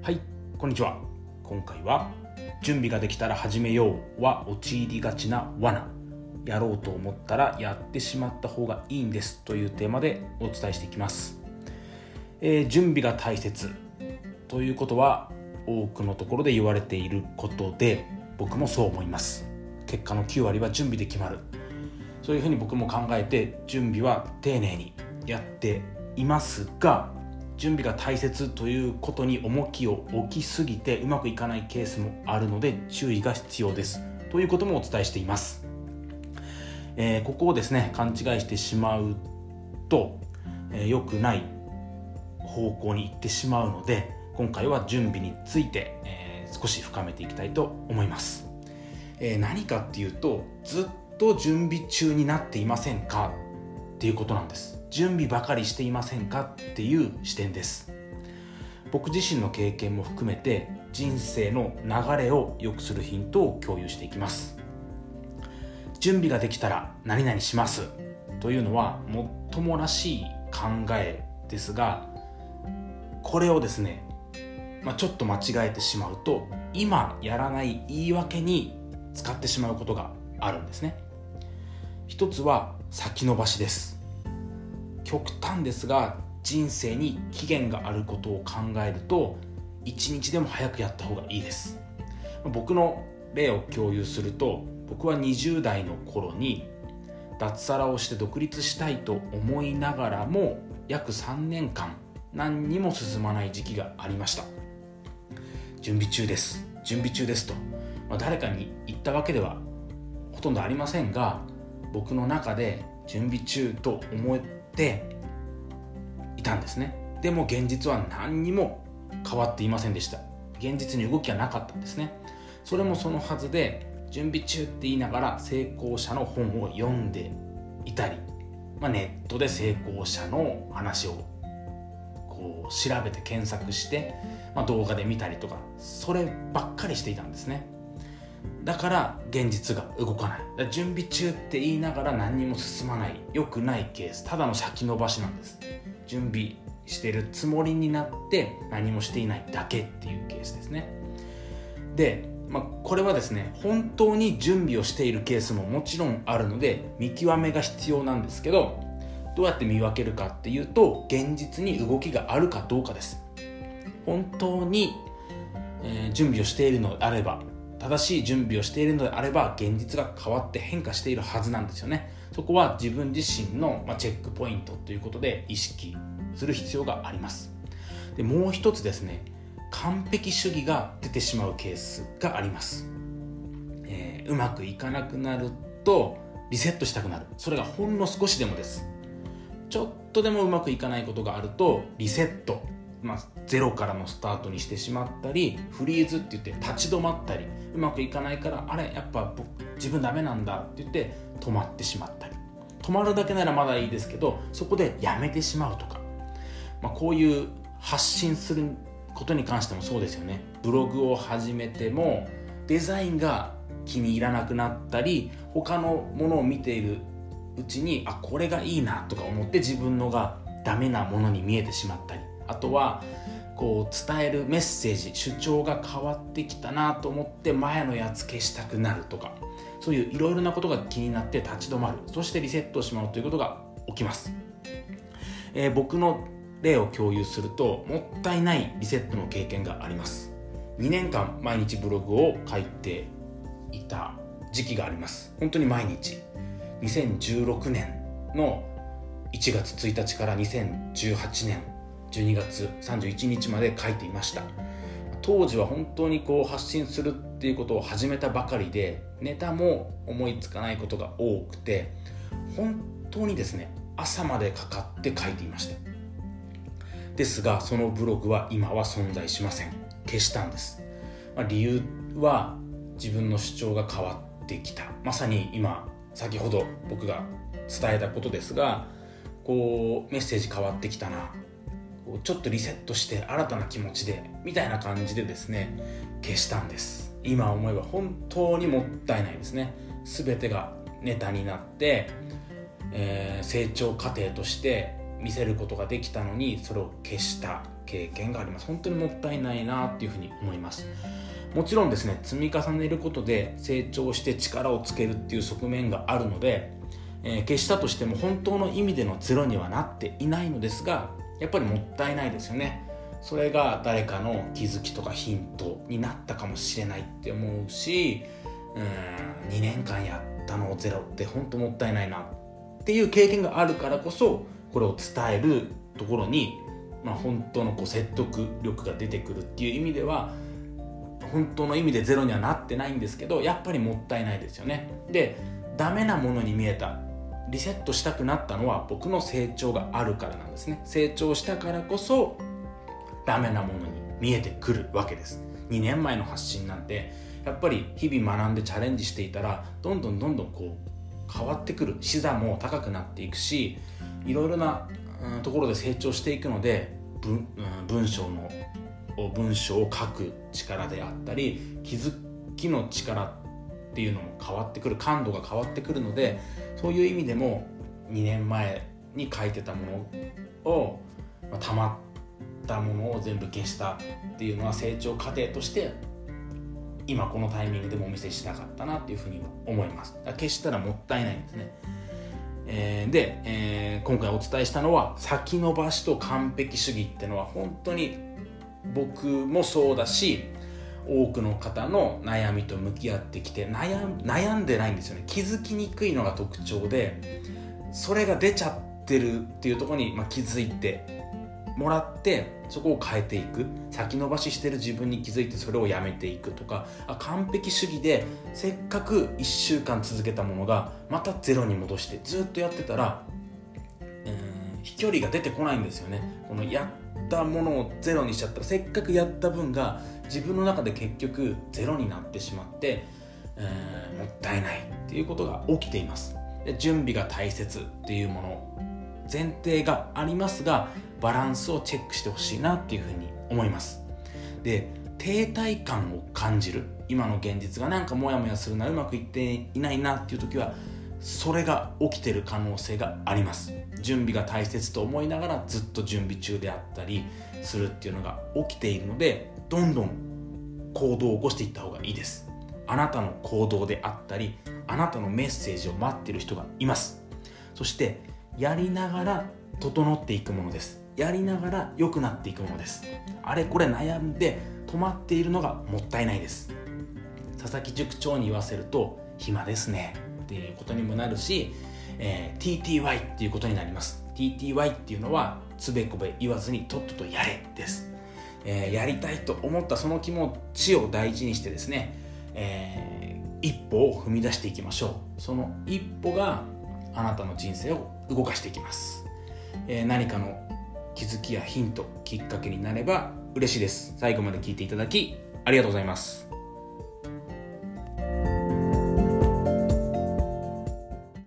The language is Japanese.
はい、こんにちは。今回は準備ができたら始めようは陥りがちな罠、やろうと思ったらやってしまった方がいいんですというテーマでお伝えしていきます。準備が大切ということは多くのところで言われていることで、僕もそう思います。結果の9割は準備で決まる、そういうふうに僕も考えて準備は丁寧にやっていますが、準備が大切ということに重きを置きすぎてうまくいかないケースもあるので注意が必要ですということもお伝えしています。ここをですね勘違いしてしまうと、良くない方向に行ってしまうので、今回は準備について、少し深めていきたいと思います。何かっていうと、ずっと準備中になっていませんかっていうことなんです。準備ばかりしていませんかっていう視点です。僕自身の経験も含めて人生の流れを良くするヒントを共有していきます。準備ができたら何々しますというのはもっともらしい考えですが、これをですね、ちょっと間違えてしまうと今やらない言い訳に使ってしまうことがあるんですね。一つは先延ばしです。極端ですが、人生に期限があることを考えると一日でも早くやった方がいいです。僕の例を共有すると、僕は20代の頃に脱サラをして独立したいと思いながらも約3年間何にも進まない時期がありました。準備中ですと、誰かに言ったわけではほとんどありませんが、僕の中で準備中と思っていたんですね。でも現実は何にも変わっていませんでした。現実に動きはなかったんですね。それもそのはずで、準備中って言いながら成功者の本を読んでいたり、ネットで成功者の話を調べて検索して、動画で見たりとか、そればっかりしていたんですね。だから現実が動かない。準備中って言いながら何にも進まない、良くないケース、ただの先延ばしなんです。準備しているつもりになって何もしていないだけっていうケースですね。で、これはですね、本当に準備をしているケースももちろんあるので見極めが必要なんですけど、どうやって見分けるかっていうと、現実に動きがあるかどうかです。本当に、準備をしているのであれば、正しい準備をしているのであれば、現実が変わって変化しているはずなんですよね。そこは自分自身のチェックポイントということで意識する必要があります。で、もう一つですね、完璧主義が出てしまうケースがあります。うまくいかなくなるとリセットしたくなる。それがほんの少しでもです。ちょっとでもうまくいかないことがあるとリセット、ゼロからのスタートにしてしまったり、フリーズって言って立ち止まったり、うまくいかないから、やっぱ自分ダメなんだって言って止まってしまったり、止まるだけならまだいいですけど、そこでやめてしまうとか、こういう発信することに関してもそうですよね。ブログを始めてもデザインが気に入らなくなったり、他のものを見ているうちにこれがいいなとか思って自分のがダメなものに見えてしまったり、あとは伝えるメッセージ、主張が変わってきたなと思って前のやつ消したくなるとか、そういういろいろなことが気になって立ち止まる、そしてリセットをしまうということが起きます。僕の例を共有すると、もったいないリセットの経験があります。2年間毎日ブログを書いていた時期があります。本当に毎日。2016年の1月1日から2018年12月31日まで書いていました。当時は本当に発信するっていうことを始めたばかりで、ネタも思いつかないことが多くて、本当にですね、朝までかかって書いていました。ですが、そのブログは今は存在しません。消したんです。理由は自分の主張が変わってきた。まさに今先ほど僕が伝えたことですが、メッセージ変わってきたな、ちょっとリセットして新たな気持ちでみたいな感じでですね、消したんです。今思えば本当にもったいないですね。全てがネタになって、成長過程として見せることができたのにそれを消した経験があります。本当にもったいないなっていうふうに思います。もちろんですね、積み重ねることで成長して力をつけるっていう側面があるので、消したとしても本当の意味でのゼロにはなっていないのですが、やっぱりもったいないですよね。それが誰かの気づきとかヒントになったかもしれないって思うし、2年間やったのをゼロって本当もったいないなっていう経験があるからこそ、これを伝えるところに、本当の説得力が出てくるっていう意味では、本当の意味でゼロにはなってないんですけど、やっぱりもったいないですよね。で、ダメなものに見えた、リセットしたくなったのは僕の成長があるからなんですね。成長したからこそダメなものに見えてくるわけです。2年前の発信なんてやっぱり日々学んでチャレンジしていたらどんどん変わってくる、視座も高くなっていくし、いろいろなところで成長していくので、文章を書く力であったり気づきの力っていうのも変わってくる、感度が変わってくるので、そういう意味でも2年前に書いてたものを、溜まったものを全部消したっていうのは成長過程として今このタイミングでもお見せしたかったなっていうふうに思います。消したらもったいないんですね。で、今回お伝えしたのは、先延ばしと完璧主義ってのは本当に僕もそうだし、多くの方の悩みと向き合ってきて悩んでないんですよね。気づきにくいのが特徴で、それが出ちゃってるっていうところに、気づいてもらって、そこを変えていく、先延ばししてる自分に気づいてそれをやめていくとか、完璧主義でせっかく1週間続けたものがまたゼロに戻してずっとやってたら、飛距離が出てこないんですよね。このやったものをゼロにしちゃったら、せっかくやった分が自分の中で結局ゼロになってしまって、もったいないっていうことが起きています。で、準備が大切っていうもの前提がありますが、バランスをチェックしてほしいなっていうふうに思います。で、停滞感を感じる、今の現実がなんかモヤモヤするな、うまくいっていないなっていう時は、それが起きてる可能性があります。準備が大切と思いながらずっと準備中であったりするっていうのが起きているので、どんどん行動を起こしていった方がいいです。あなたの行動であったり、あなたのメッセージを待っている人がいます。そしてやりながら整っていくものです。やりながら良くなっていくものです。あれこれ悩んで止まっているのがもったいないです。佐々木塾長に言わせると、暇ですねっていうことにもなるし、TTY っていうことになります。 TTY っていうのはつべこべ言わずにとっととやれです。やりたいと思ったその気持ちを大事にしてですね、一歩を踏み出していきましょう。その一歩があなたの人生を動かしていきます。何かの気づきやヒント、きっかけになれば嬉しいです。最後まで聞いていただきありがとうございます。